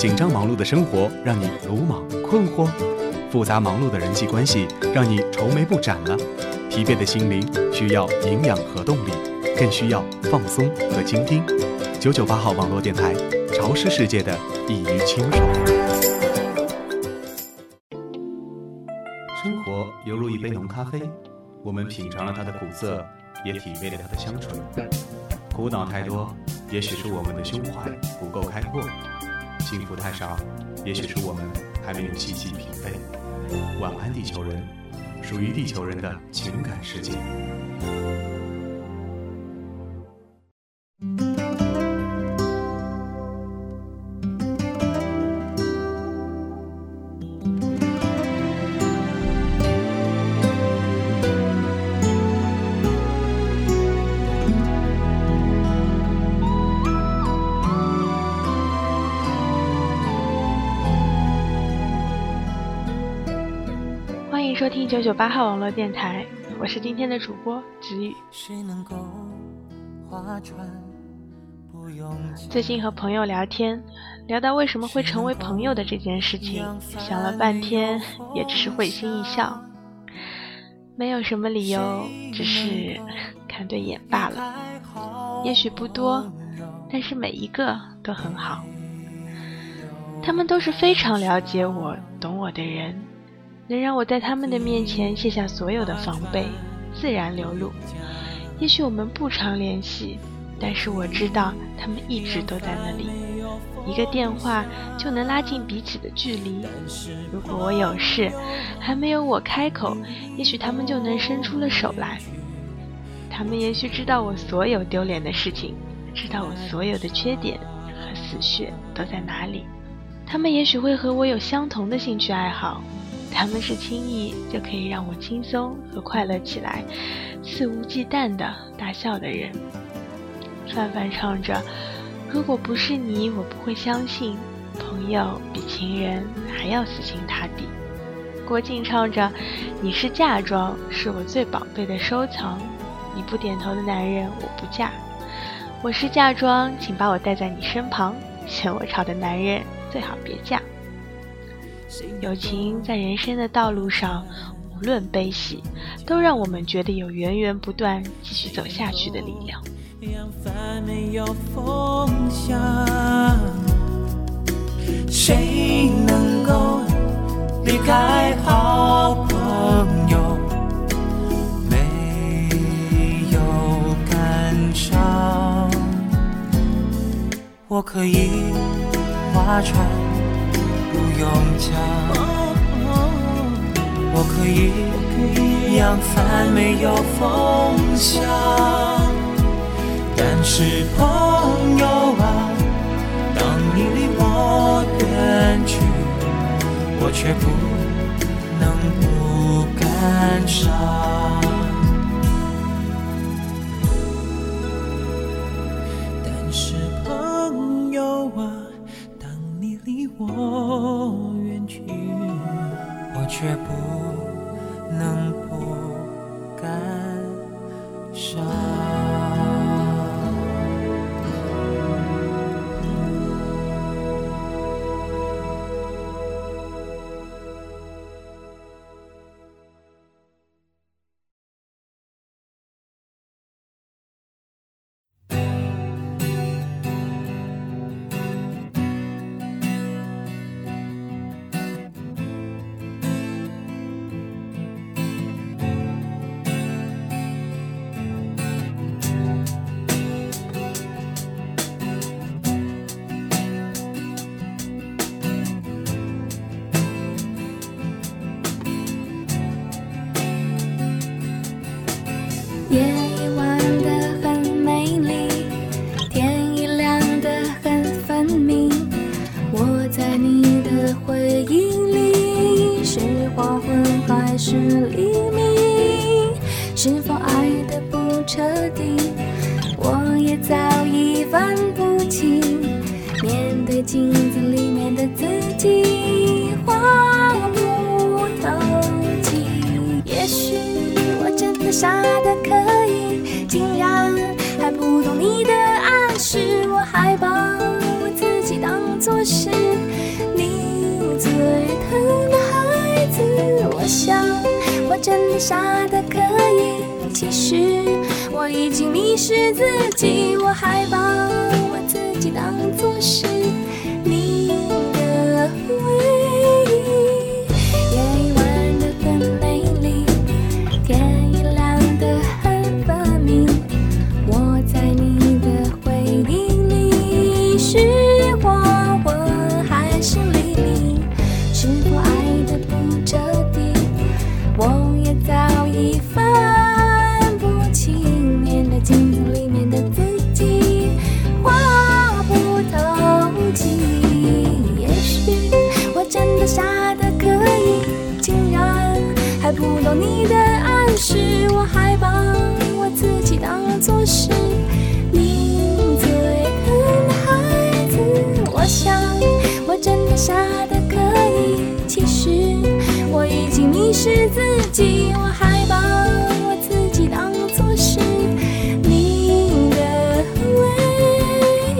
紧张忙碌的生活让你鲁莽困惑，复杂忙碌的人际关系让你愁眉不展了，疲惫的心灵需要营养和动力，更需要放松和倾听。998号网络电台，潮湿世界的一隅清爽。生活犹如一杯浓咖啡，我们品尝了它的苦涩，也体味了它的香醇。苦恼太多，也许是我们的胸怀不够开阔；幸福太少，也许是我们还没有细细品味。晚安，地球人，属于地球人的情感世界。 欢迎收听998号网络电台，我是今天的主播子宇。最近和朋友聊天，聊到为什么会成为朋友的这件事情，想了半天也只是会心一笑，没有什么理由，只是看对眼罢了。也许不多，但是每一个都很好。他们都是非常了解我、懂我的人，能让我在他们的面前卸下所有的防备，自然流露。也许我们不常联系，但是我知道他们一直都在那里，一个电话就能拉近彼此的距离。如果我有事，还没有我开口，也许他们就能伸出了手来。他们也许知道我所有丢脸的事情，知道我所有的缺点和死穴都在哪里。他们也许会和我有相同的兴趣爱好，他们是轻易就可以让我轻松和快乐起来，肆无忌惮的大笑的人。范范唱着，如果不是你，我不会相信朋友比情人还要死心塌地。郭靖唱着，你是嫁妆，是我最宝贝的收藏，你不点头的男人我不嫁。我是嫁妆，请把我带在你身旁，嫌我吵的男人最好别嫁。友情在人生的道路上，无论悲喜，都让我们觉得有源源不断继续走下去的力量。 谁能够离开好朋友，没有感伤。我可以划船不用桨，我可以扬帆没有风向，但是朋友啊，当你离我远去，我却不能不感伤。但是朋友啊，当你离我远去，我却不能不感伤。 夜已晚得很美丽，天已亮得很分明。我在你的回忆里，是黄昏还是黎明？是否爱得不彻底，我也早已分不清。面对镜子里面的自己，话不投机。也许我真的傻得可以，竟然还不懂你的暗示。我还把我自己当作是疼的孩子。我想我真的傻得可以，其实我已经迷失自己。我害怕我自己当作是你的唯一。夜晚的很美丽，天也亮得很分明。我在你的回忆里，是黄昏还是黎明？是否爱得不彻底？我也早已分不清，面对镜子里面的自己，话不投机。也许我真的傻得可以，竟然还不懂你的暗示。我害怕我自己当作是你最疼的孩子。我想我真的傻得可以，其实我已经迷失自己。我害怕我自己当作是你的唯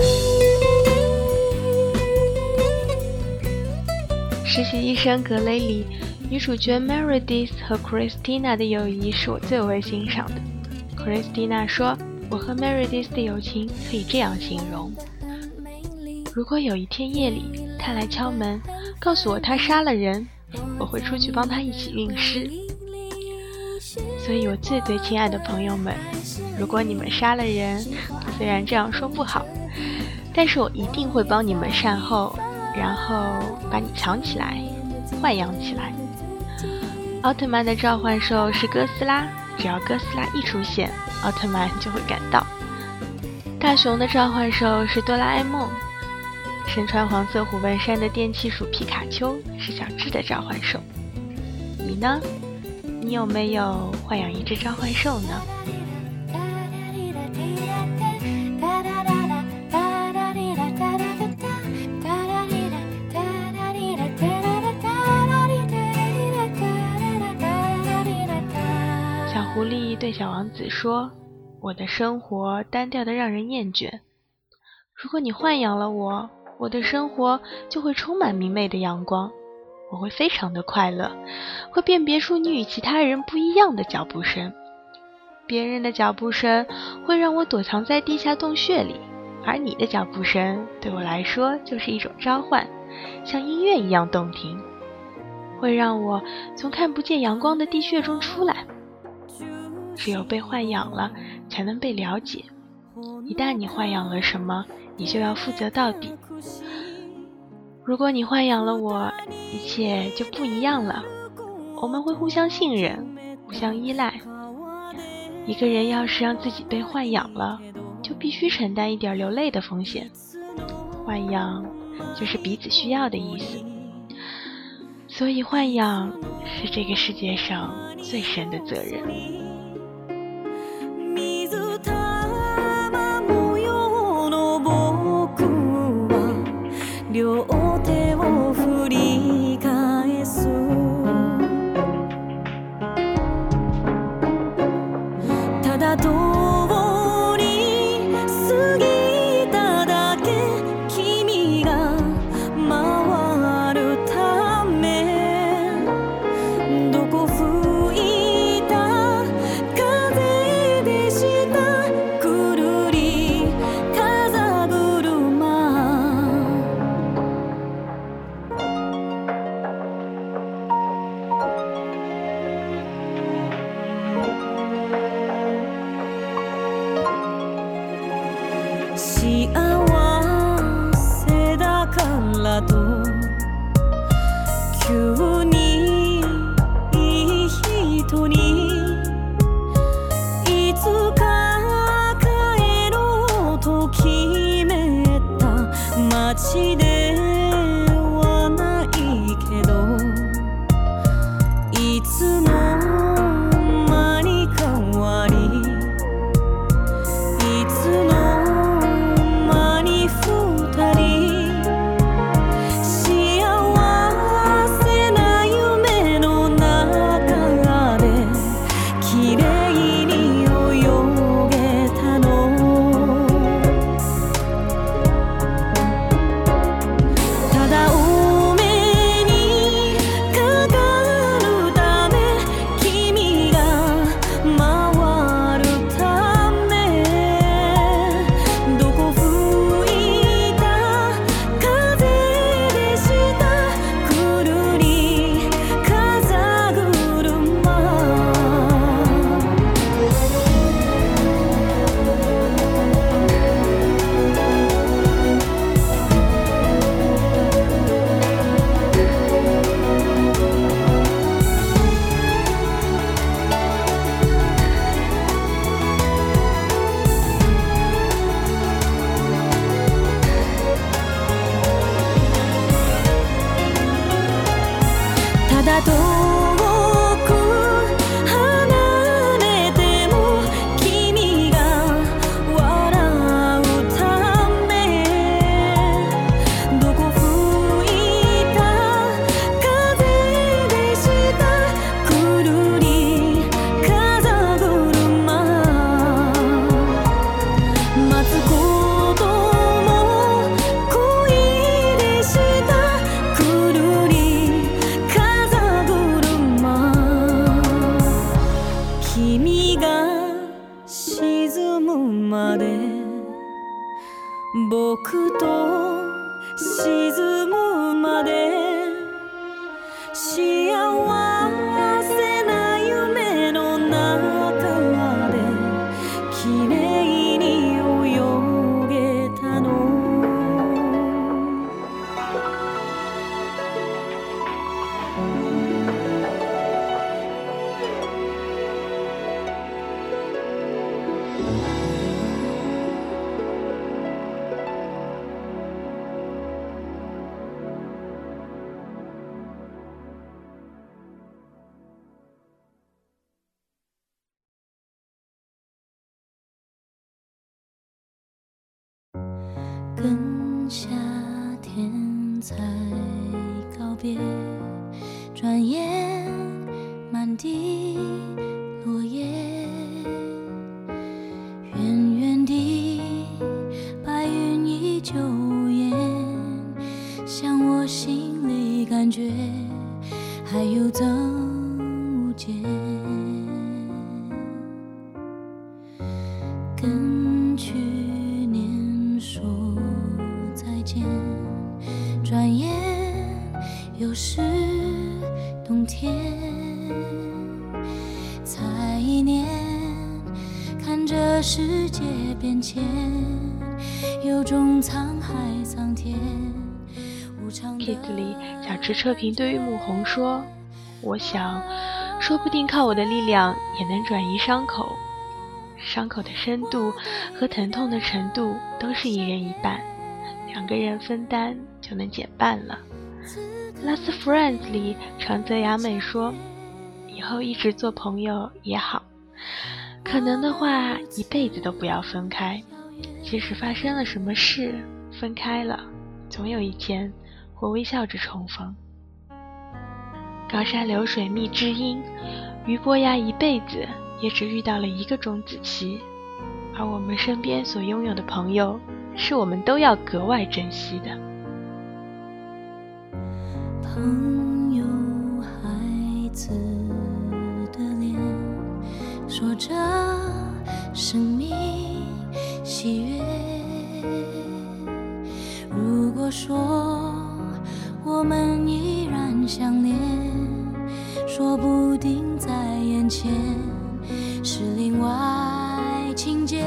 一。 实习医生格雷里，女主角 Meredith 和 Christina 的友谊是我最为欣赏的。Christina 说，我和 Meredith 的友情可以这样形容：如果有一天夜里他来敲门，告诉我他杀了人，我会出去帮他一起运尸。所以我最亲爱的朋友们，如果你们杀了人，虽然这样说不好，但是我一定会帮你们善后，然后把你藏起来，豢养起来。奥特曼的召唤兽是哥斯拉，只要哥斯拉一出现，奥特曼就会赶到。大雄的召唤兽是哆啦 A 梦，身穿黄色虎纹衫的电气鼠皮卡丘是小智的召唤兽。你呢？你有没有豢养一只召唤兽呢？小狐狸对小王子说，我的生活单调得让人厌倦，如果你豢养了我，我的生活就会充满明媚的阳光，我会非常的快乐，会辨别出你与其他人不一样的脚步声。别人的脚步声会让我躲藏在地下洞穴里，而你的脚步声对我来说就是一种召唤，像音乐一样动听，会让我从看不见阳光的地穴中出来。只有被豢养了，才能被了解。一旦你豢养了什么，你就要负责到底。如果你豢养了我，一切就不一样了。我们会互相信任，互相依赖。一个人要是让自己被豢养了，就必须承担一点流泪的风险。豢养就是彼此需要的意思，所以豢养是这个世界上最深的责任。 両手を振り返すただ通り過ぎただけ君が回るためどこ吹いた風でしたくるり風車幸せだからと急にいい人にいつか帰ろうと決めた街ではないけどいつの間に変わりいつの僕と沈むまで幸せな夢の中で綺麗に泳げたの跟夏天才告别，转眼满地落叶，远远地白云依旧延，像我心里感觉还有增无减，跟去年说再见，转眼又是冬天，才一年，看着世界变迁，有种沧海桑田。 Kids 里，小池彻平对于母红说：“我想，说不定靠我的力量也能转移伤口，伤口的深度和疼痛的程度都是一人一半，两个人分担就能减半了。” Last Friends 里，长泽雅美说：“以后一直做朋友也好，可能的话，一辈子都不要分开。即使发生了什么事，分开了，总有一天会微笑着重逢。高山流水觅知音，俞伯牙一辈子也只遇到了一个钟子期，而我们身边所拥有的朋友，是我们都要格外珍惜的。” 朋友孩子的脸，说着生命喜悦。如果说我们依然相恋，说不定在眼前是另外情节。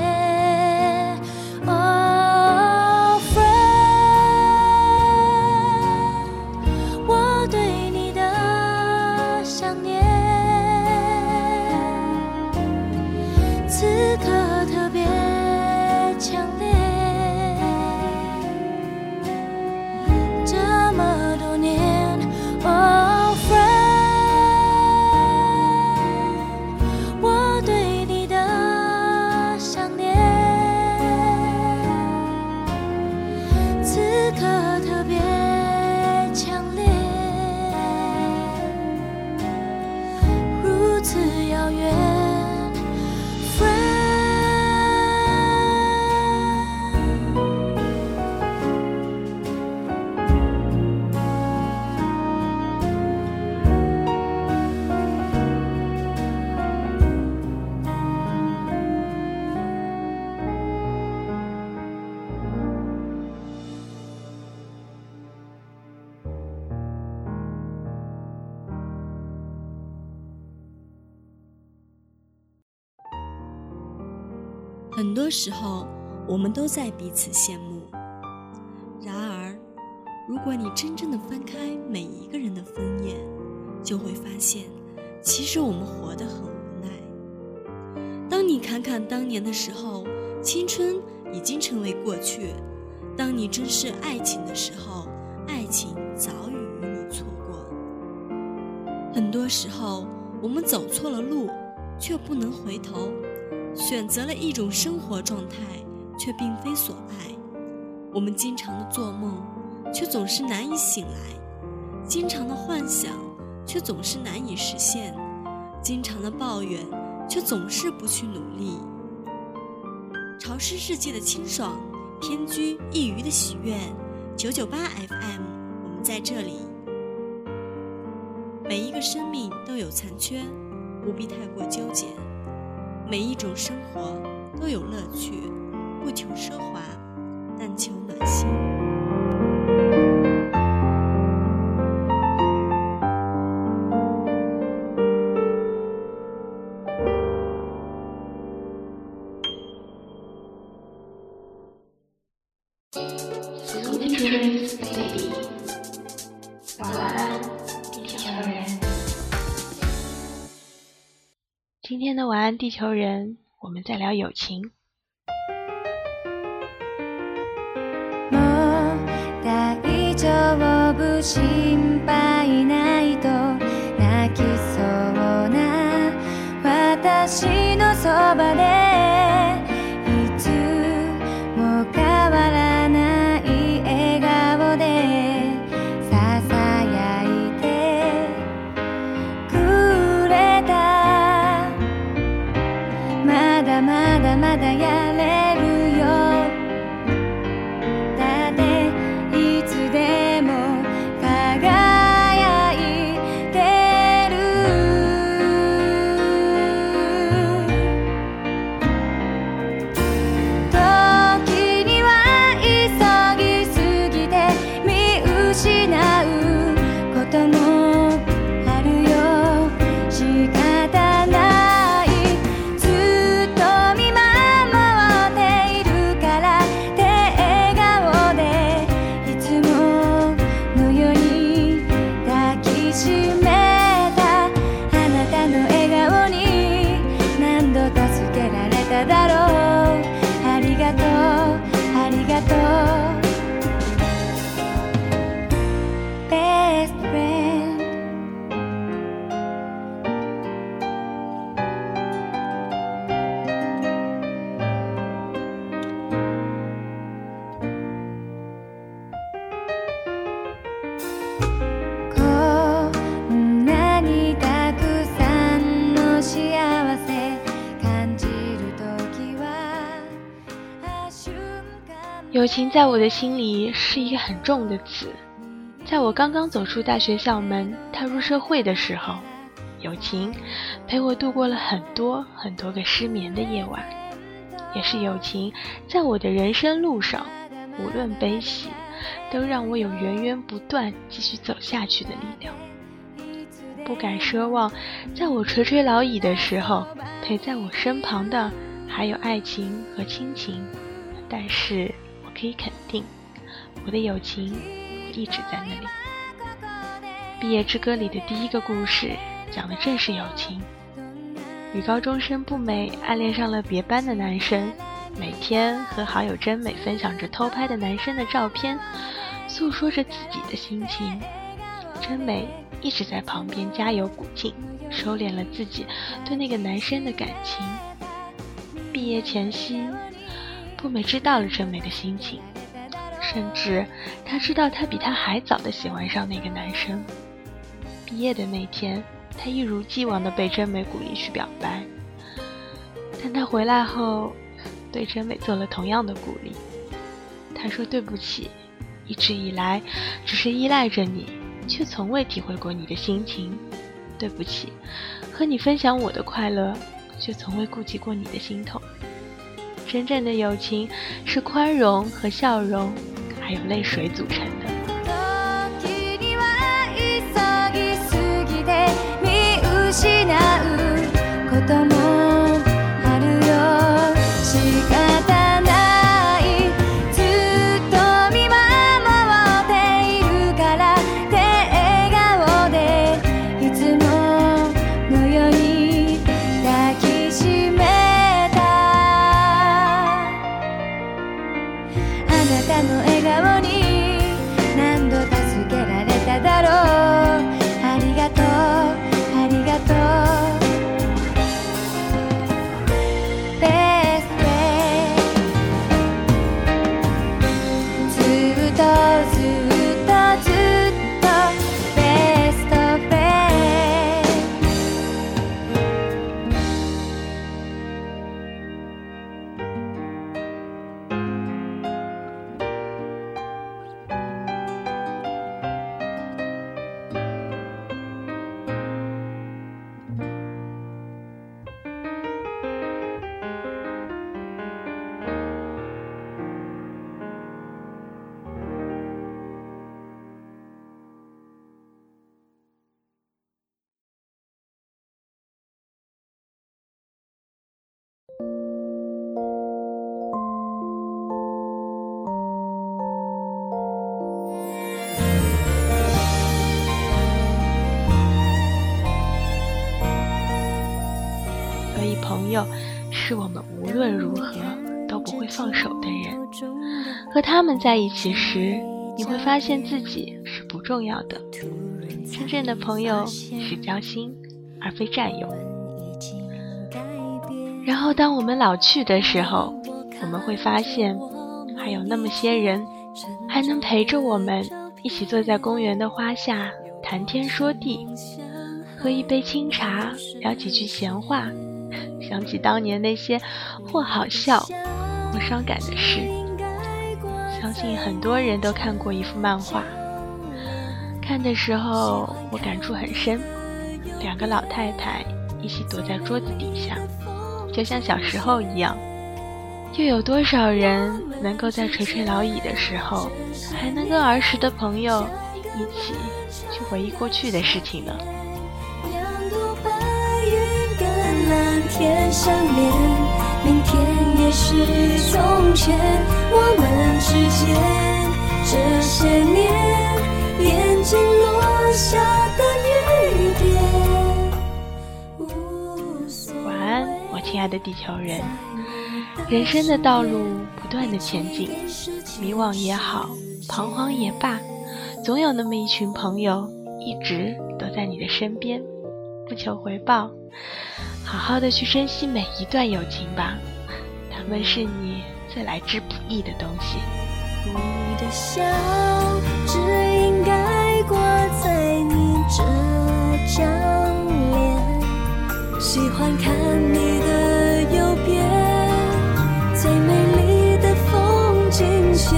很多时候，我们都在彼此羡慕。然而，如果你真正的翻开每一个人的枫叶，就会发现，其实我们活得很无奈。当你侃侃当年的时候，青春已经成为过去；当你珍视爱情的时候，爱情早已与你错过。 很多时候，我们走错了路，却不能回头；选择了一种生活状态，却并非所爱。我们经常的做梦，却总是难以醒来；经常的幻想，却总是难以实现；经常的抱怨，却总是不去努力。潮湿世界的清爽，偏居一隅的喜悦。998 FM， 我们在这里。每一个生命都有残缺，不必太过纠结；每一种生活都有乐趣，不求奢华，但求暖心。 今天的晚安地球人，我们在聊友情。 もう大丈夫、心配ないと泣きそうな私のそばでいつも変わらない笑顔でささやいてくれた。まだまだまだやれるよ。だっていつでも輝いてる。時には急ぎすぎて見失うこともあるよ。仕方ない。だろう。ありがとう、ありがとう。Best friend。こんなにたくさんの幸せ感じる。 友情在我的心里是一个很重的词。在我刚刚走出大学校门，踏入社会的时候，友情陪我度过了很多很多个失眠的夜晚，也是友情在我的人生路上，无论悲喜，都让我有源源不断继续走下去的力量。不敢奢望在我垂垂老矣的时候，陪在我身旁的还有爱情和亲情，但是可以肯定，我的友情一直在那里。毕业之歌里的第一个故事讲的正是友情。女高中生不美暗恋上了别班的男生，每天和好友真美分享着偷拍的男生的照片，诉说着自己的心情。真美一直在旁边加油鼓劲，收敛了自己对那个男生的感情。毕业前夕，不美知道了真美的心情，甚至她知道她比她还早的喜欢上那个男生。毕业的那天，她一如既往的被真美鼓励去表白，但她回来后对真美做了同样的鼓励。她说对不起，一直以来只是依赖着你，却从未体会过你的心情。对不起，和你分享我的快乐，却从未顾及过你的心痛。真正的友情是宽容和笑容，还有泪水组成的。 あなたの笑顔に朋友是我们无论如何都不会放手的人。和他们在一起时，你会发现自己是不重要的。真正的朋友是交心，而非占有。然后当我们老去的时候，我们会发现还有那么些人还能陪着我们一起坐在公园的花下谈天说地，喝一杯清茶，聊几句闲话，想起当年那些或好笑或伤感的事。相信很多人都看过一幅漫画，看的时候我感触很深。两个老太太一起躲在桌子底下，就像小时候一样。又有多少人能够在垂垂老矣的时候，还能跟儿时的朋友一起去回忆过去的事情呢？ 两朵白云跟蓝天相连，明天也是从前，我们之间这些年眼睛落下的雨点。 晚安，我亲爱的地球人。人生的道路不断的前进，迷惘也好，彷徨也罢，总有那么一群朋友一直都在你的身边，不求回报，好好的去珍惜每一段友情吧，他们是你最来之不易的东西。 你的笑只应该挂在你这张脸，喜欢看你的右边最美丽的风景线，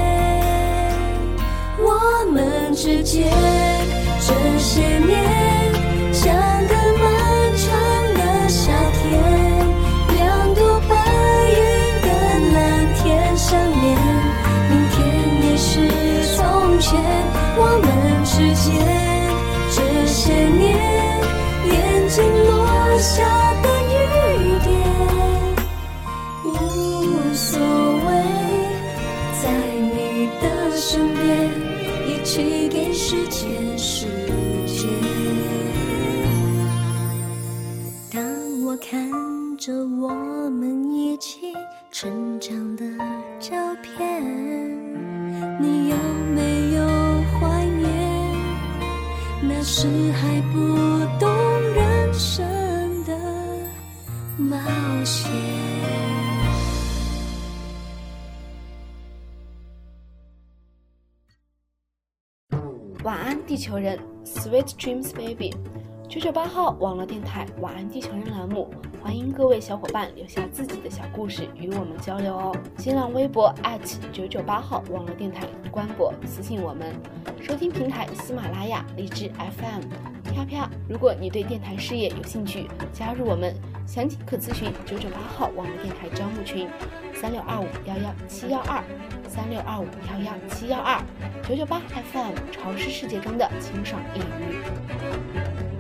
我们之间这些年像个漫长的夏天，两朵白云跟蓝天相连，明天也是从前，我们之间这些年眼睛落下的雨点，无所谓，在你的身边一起给世界时间。当我看着我们一起成长的照片，你有没有怀念那时还不懂人生的冒险？ 晚安地球人 Sweet Dreams Baby 998号网络电台晚安地球人栏目，欢迎各位小伙伴留下自己的小故事与我们交流哦。新浪微博@998号网络电台官博私信我们，收听平台喜马拉雅、荔枝 FM。飘飘，如果你对电台事业有兴趣，加入我们，详情可咨询998号网络电台招募群3625117712 3625117712。998 FM 潮湿世界中的清爽一隅。